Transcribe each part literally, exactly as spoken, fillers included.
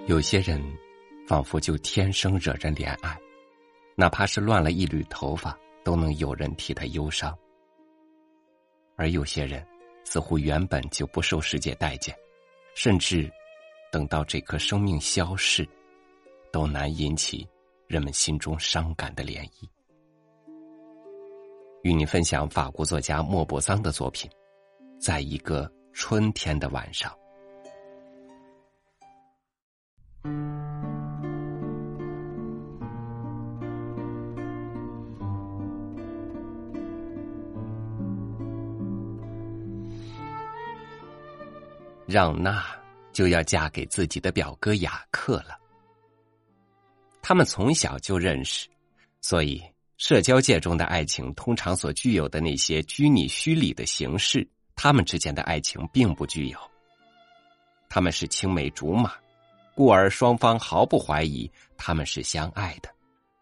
有些人仿佛就天生惹人怜爱，哪怕是乱了一缕头发，都能有人替他忧伤。而有些人似乎原本就不受世界待见，甚至等到这颗生命消逝，都难引起人们心中伤感的涟漪。与你分享法国作家莫泊桑的作品《在一个春天的晚上》。让娜就要嫁给自己的表哥雅克了。他们从小就认识，所以社交界中的爱情通常所具有的那些拘泥虚礼的形式，他们之间的爱情并不具有。他们是青梅竹马，故而双方毫不怀疑他们是相爱的。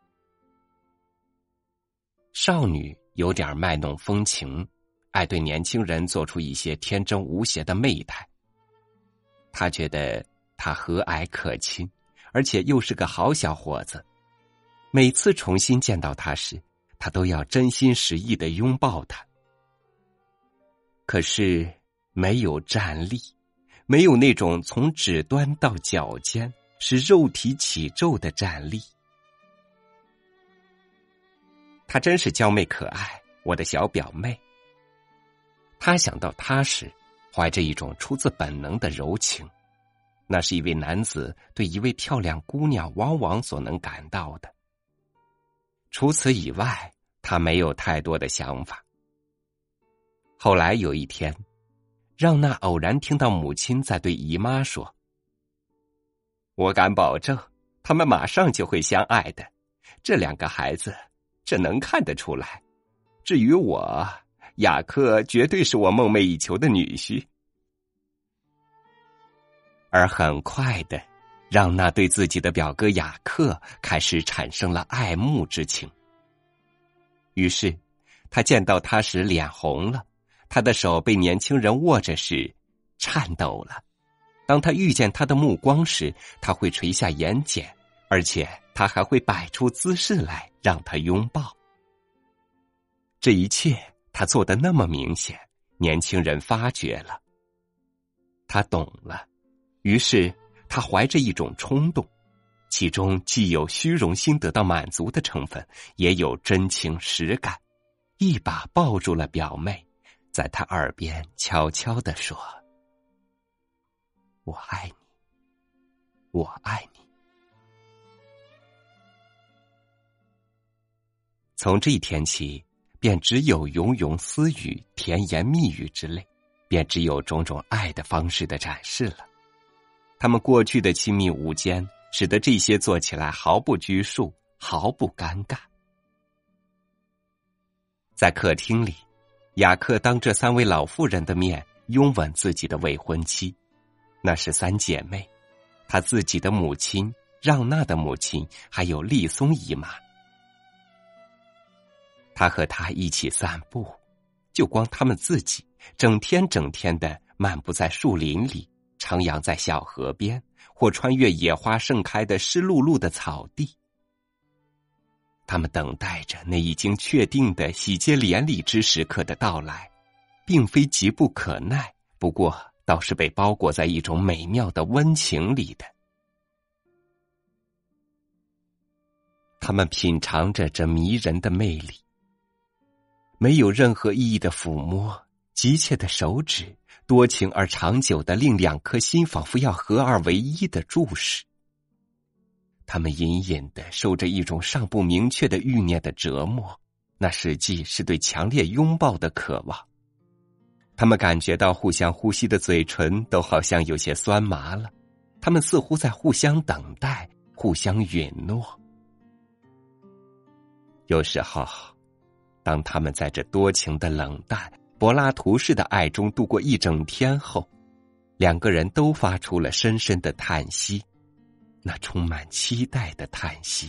少女有点卖弄风情，爱对年轻人做出一些天真无邪的媚态。他觉得他和蔼可亲，而且又是个好小伙子。每次重新见到他时，他都要真心实意地拥抱他。可是没有站立，没有那种从指端到脚尖使肉体起皱的站立。她真是娇媚可爱，我的小表妹。他想到她时，怀着一种出自本能的柔情，那是一位男子对一位漂亮姑娘往往所能感到的。除此以外，他没有太多的想法。后来有一天，让娜偶然听到母亲在对姨妈说：“我敢保证，他们马上就会相爱的。这两个孩子，这能看得出来。至于我，雅克绝对是我梦寐以求的女婿。”而很快的，让娜对自己的表哥雅克开始产生了爱慕之情。于是他见到他时脸红了，他的手被年轻人握着时颤抖了。当他遇见他的目光时，他会垂下眼睑，而且他还会摆出姿势来让他拥抱。这一切他做得那么明显，年轻人发觉了。他懂了，于是他怀着一种冲动，其中既有虚荣心得到满足的成分，也有真情实感，一把抱住了表妹，在她耳边悄悄地说：“我爱你，我爱你。”从这一天起，便只有融融私语、甜言蜜语之类，便只有种种爱的方式的展示了。他们过去的亲密无间，使得这些做起来毫不拘束，毫不尴尬。在客厅里，雅克当着三位老妇人的面拥吻自己的未婚妻，那是三姐妹，他自己的母亲、让娜的母亲，还有丽松姨妈。他和她一起散步，就光他们自己，整天整天的漫步在树林里，徜徉在小河边，或穿越野花盛开的湿漉漉的草地。他们等待着那已经确定的喜结连理之时刻的到来，并非急不可耐，不过倒是被包裹在一种美妙的温情里的。他们品尝着这迷人的魅力，没有任何意义的抚摸，急切的手指，多情而长久的令两颗心仿佛要合二为一的注视。他们隐隐的受着一种尚不明确的欲念的折磨，那实际是对强烈拥抱的渴望。他们感觉到互相呼吸的嘴唇都好像有些酸麻了，他们似乎在互相等待，互相允诺。有时候，当他们在这多情的冷淡、柏拉图式的爱中度过一整天后，两个人都发出了深深的叹息，那充满期待的叹息。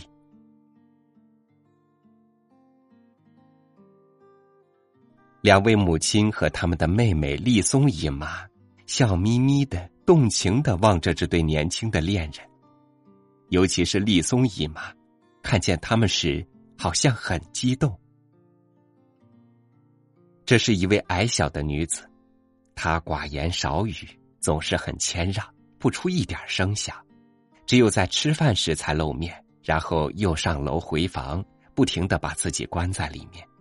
两位母亲和他们的妹妹丽松姨妈笑眯眯的、动情的望着这对年轻的恋人， 尤其是丽松姨妈，看见他们时好像很激动。这是一位矮小的女子，她寡言少语，总是很谦让，不出一点声响，只有在吃饭时才露面，然后又上楼回房，不停地把自己关在里面。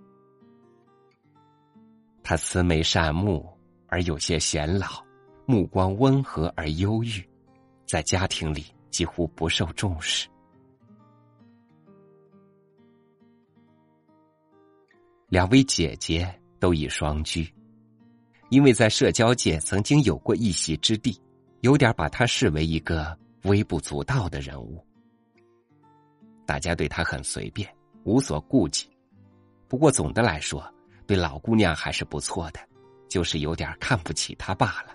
她慈眉善目而有些显老，目光温和而忧郁，在家庭里几乎不受重视。两位姐姐都已双居，因为在社交界曾经有过一席之地，有点把她视为一个微不足道的人物。大家对她很随便，无所顾忌，不过总的来说，对老姑娘还是不错的，就是有点看不起她罢了。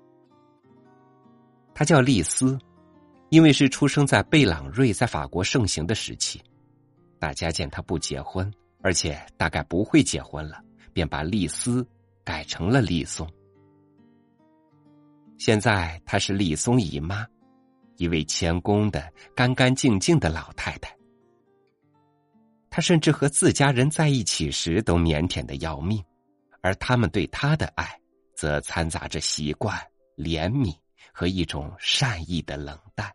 她叫丽丝，因为是出生在贝朗瑞在法国盛行的时期，大家见她不结婚，而且大概不会结婚了，便把丽丝改成了丽松。现在她是丽松姨妈，一位谦恭的干干净净的老太太。她甚至和自家人在一起时都腼腆的要命，而他们对她的爱则掺杂着习惯、怜悯和一种善意的冷淡。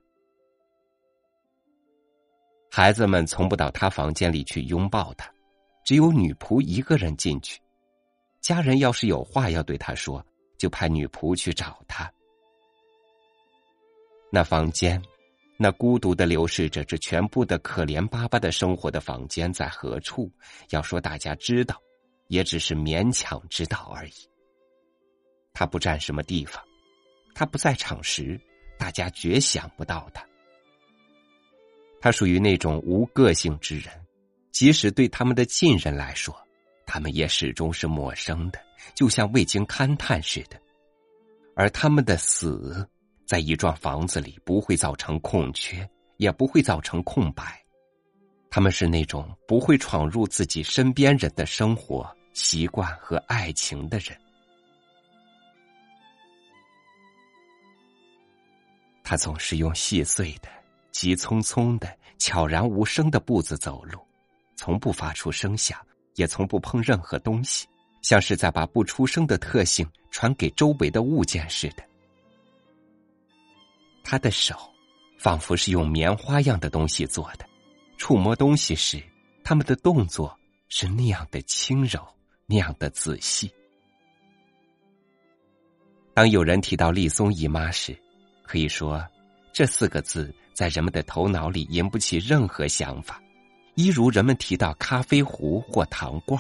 孩子们从不到她房间里去拥抱她，只有女仆一个人进去。家人要是有话要对她说，就派女仆去找她。那房间，那孤独的流逝着这全部的可怜巴巴的生活的房间在何处？要说大家知道，也只是勉强知道而已。他不占什么地方，他不在场时，大家绝想不到他。他属于那种无个性之人，即使对他们的近人来说，他们也始终是陌生的，就像未经勘探似的。而他们的死，在一幢房子里不会造成空缺，也不会造成空白。他们是那种不会闯入自己身边人的生活、习惯和爱情的人。他总是用细碎的、急匆匆的、悄然无声的步子走路，从不发出声响，也从不碰任何东西，像是在把不出声的特性传给周围的物件似的。他的手仿佛是用棉花样的东西做的，触摸东西时，他们的动作是那样的轻柔，那样的仔细。当有人提到丽松姨妈时，可以说这四个字在人们的头脑里引不起任何想法，一如人们提到咖啡壶或糖罐。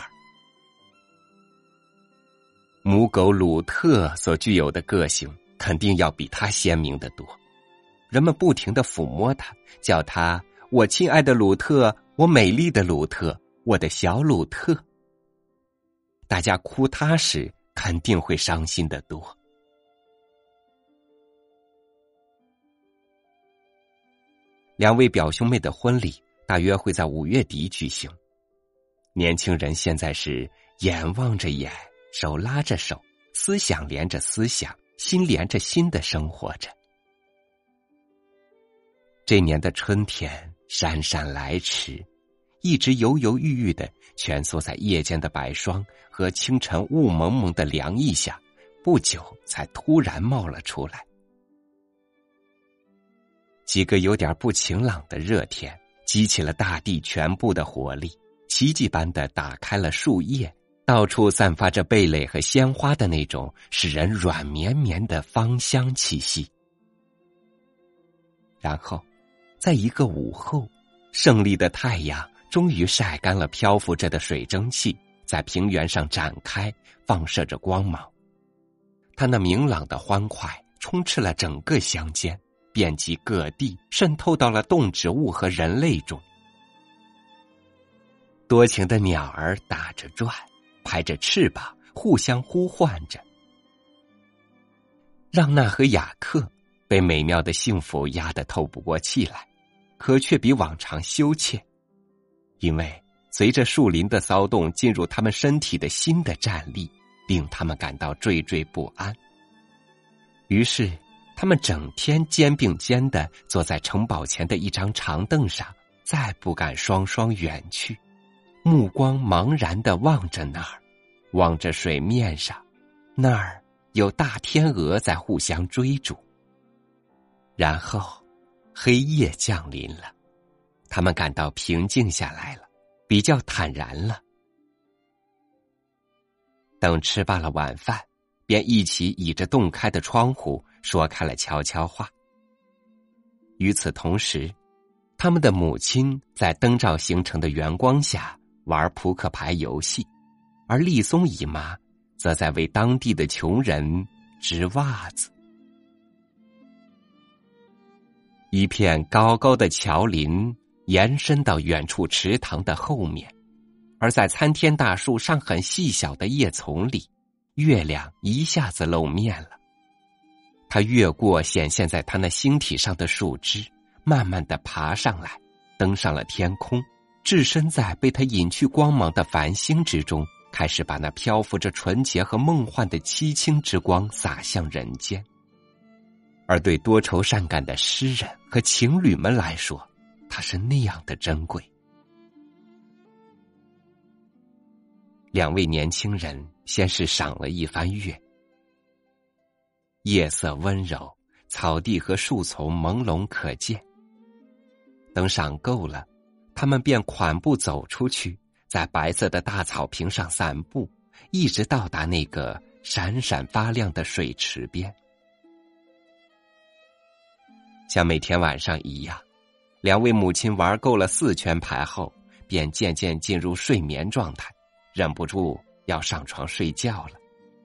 母狗鲁特所具有的个性肯定要比它鲜明得多，人们不停地抚摸它，叫它我亲爱的鲁特，我美丽的鲁特，我的小鲁特。大家哭它时肯定会伤心得多。两位表兄妹的婚礼大约会在五月底举行。年轻人现在是眼望着眼，手拉着手，思想连着思想，心连着心的生活着。这年的春天姗姗来迟，一直犹犹豫豫的蜷缩在夜间的白霜和清晨雾蒙蒙的凉意下，不久才突然冒了出来。几个有点不晴朗的热天激起了大地全部的活力，奇迹般的打开了树叶，到处散发着蓓蕾和鲜花的那种使人软绵绵的芳香气息。然后在一个午后，胜利的太阳终于晒干了漂浮着的水蒸气，在平原上展开，放射着光芒。它那明朗的欢快充斥了整个乡间，遍及各地，渗透到了动植物和人类中。多情的鸟儿打着转，拍着翅膀，互相呼唤着。让娜和雅克被美妙的幸福压得透不过气来，可却比往常羞怯，因为随着树林的骚动进入他们身体的新的战力，令他们感到惴惴不安。于是他们整天肩并肩地坐在城堡前的一张长凳上，再不敢双双远去，目光茫然地望着那儿，望着水面上，那儿有大天鹅在互相追逐。然后黑夜降临了，他们感到平静下来了，比较坦然了。等吃罢了晚饭，便一起倚着洞开的窗户说开了悄悄话。与此同时，他们的母亲在灯罩形成的圆光下玩扑克牌游戏，而丽松姨妈则在为当地的穷人织袜子。一片高高的桥林延伸到远处池塘的后面，而在参天大树上很细小的叶丛里，月亮一下子露面了。它越过显现在它那星体上的树枝，慢慢地爬上来，登上了天空，置身在被它引去光芒的繁星之中，开始把那漂浮着纯洁和梦幻的凄清之光洒向人间。而对多愁善感的诗人和情侣们来说，它是那样的珍贵。两位年轻人先是赏了一番月，夜色温柔，草地和树丛朦胧可见。等赏够了，他们便款步走出去，在白色的大草坪上散步，一直到达那个闪闪发亮的水池边。像每天晚上一样，两位母亲玩够了四圈牌后，便渐渐进入睡眠状态，忍不住要上床睡觉了。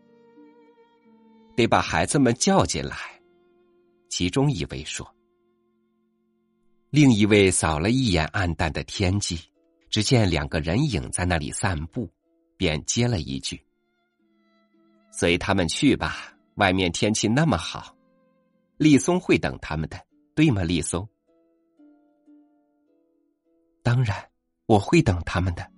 得把孩子们叫进来，其中一位说。另一位扫了一眼暗淡的天际，只见两个人影在那里散步，便接了一句：随他们去吧，外面天气那么好，丽松会等他们的，对吗，丽松？当然，我会等他们的。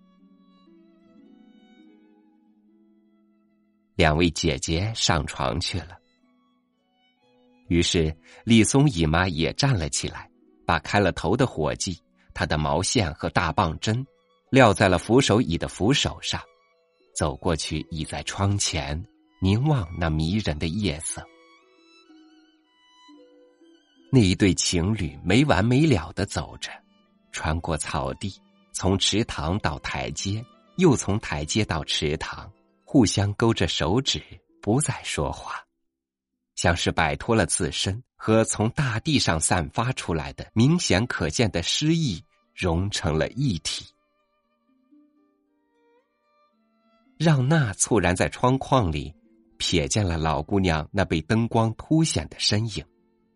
两位姐姐上床去了，于是丽松姨妈也站了起来，把开了头的火计，她的毛线和大棒针撂在了扶手椅的扶手上，走过去倚在窗前，凝望那迷人的夜色。那一对情侣没完没了地走着，穿过草地，从池塘到台阶，又从台阶到池塘，互相勾着手指，不再说话，像是摆脱了自身和从大地上散发出来的明显可见的诗意融成了一体。让娜猝然在窗框里瞥见了老姑娘那被灯光凸显的身影。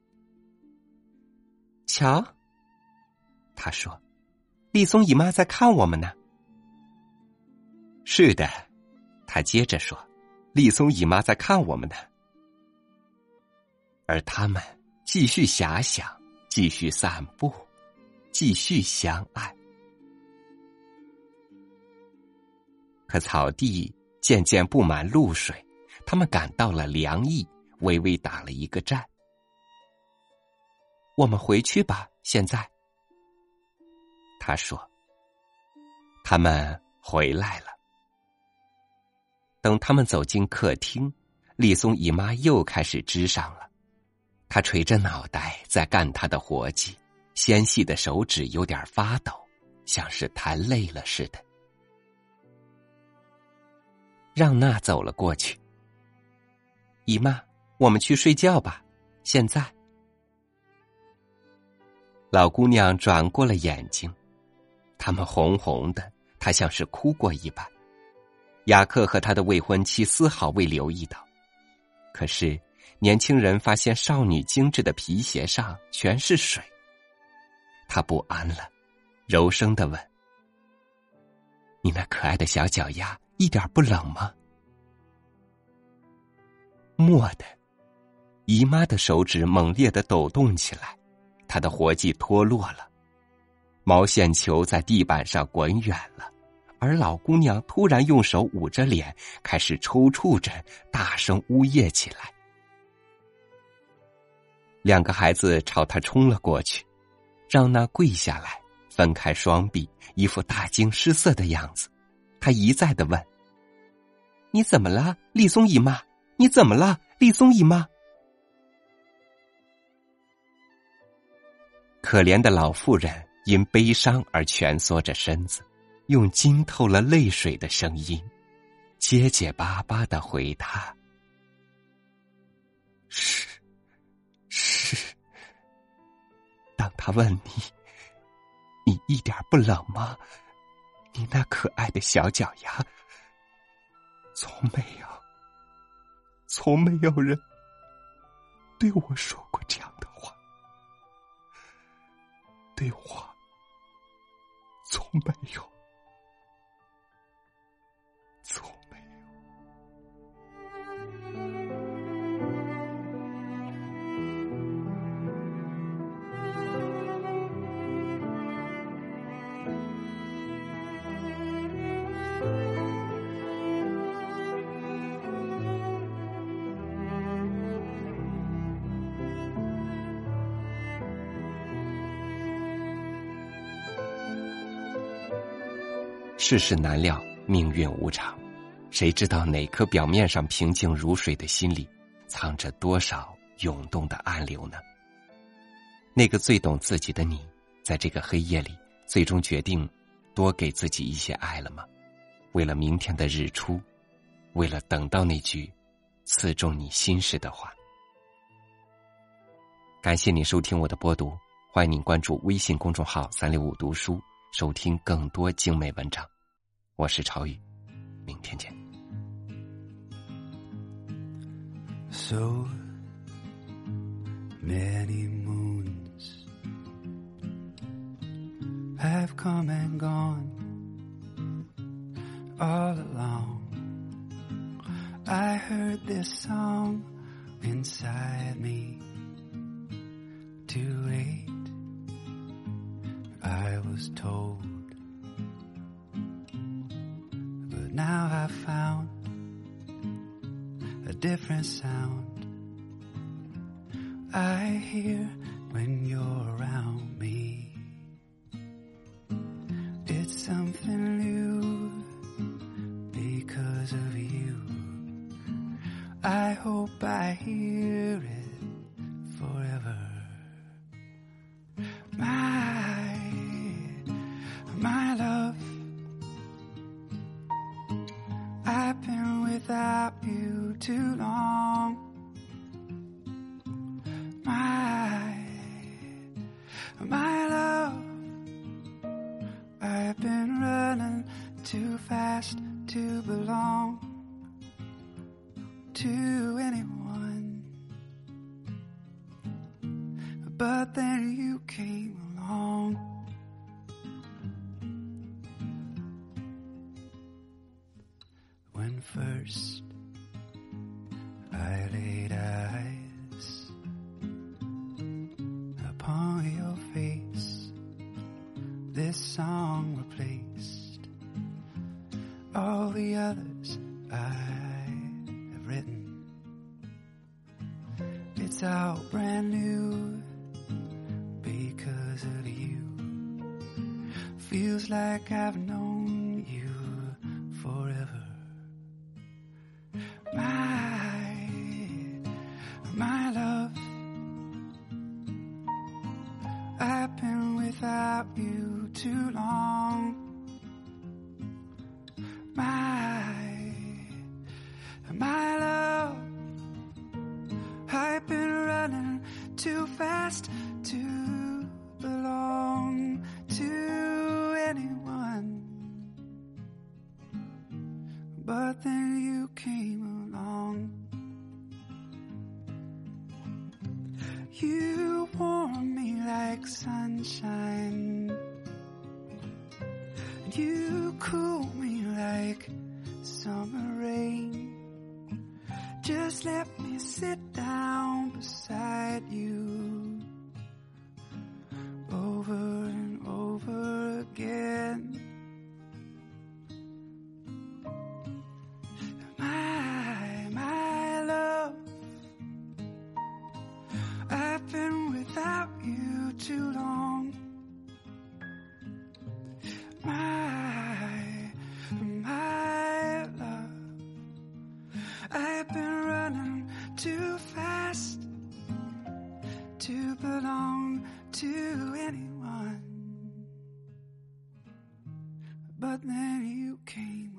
瞧，她说，丽松姨妈在看我们呢。是的，她接着说，丽松姨妈在看我们呢。而他们继续遐想，继续散步，继续相爱。可草地渐渐布满露水，他们感到了凉意，微微打了一个战。我们回去吧，现在。他说。他们回来了。等他们走进客厅，丽松姨妈又开始织上了。她垂着脑袋在干她的活计，纤细的手指有点发抖，像是太累了似的。让娜走了过去。姨妈，我们去睡觉吧，现在。老姑娘转过了眼睛，它们红红的，她像是哭过一般。雅克和他的未婚妻丝毫未留意到，可是年轻人发现少女精致的皮鞋上全是水。他不安了，柔声地问：你那可爱的小脚丫一点不冷吗？蓦地，姨妈的手指猛烈地抖动起来，她的活计脱落了，毛线球在地板上滚远了，而老姑娘突然用手捂着脸，开始抽搐着大声呜咽起来。 两个孩子朝他冲了过去，让那跪下来，分开双臂，一副大惊失色的样子。他一再地问：你怎么了，丽松姨妈？你怎么了，丽松姨妈？可怜的老妇人因悲伤而蜷缩着身子，用浸透了泪水的声音结结巴巴地回他：是是。当他问你，你一点不冷吗？你那可爱的小脚丫。从没有从没有人对我说过这样的话，对我从没有从没有。世事难料，命运无常，谁知道哪颗表面上平静如水的心里藏着多少涌动的暗流呢？那个最懂自己的你，在这个黑夜里最终决定多给自己一些爱了吗？为了明天的日出，为了等到那句刺中你心事的话。感谢你收听我的播读，欢迎您关注微信公众号三六五读书，收听更多精美文章。我是朝雨，明天见。 So many moons have come and gone all along. I heard this song inside me too late. I was told, but now I found a different sound I hear when you're around me. It's something new because of you. I hope I hear it forever. My, my love, I've been without you too long. My, my love, I've been running too fast to belong to anyone. But then you came along. When first I laid eyes upon your face, this song replaced all the others I have written. It's all brand new because of you. Feels like I've known you forever. My, my love, I've been without you too long. My, my love, I've been running too fast to belong to anyone. But then you came along. You warm me like sunshine. You cool me like summer rain. Just let me sit down beside you over and over again. My, my love, I've been belong to anyone. But then you came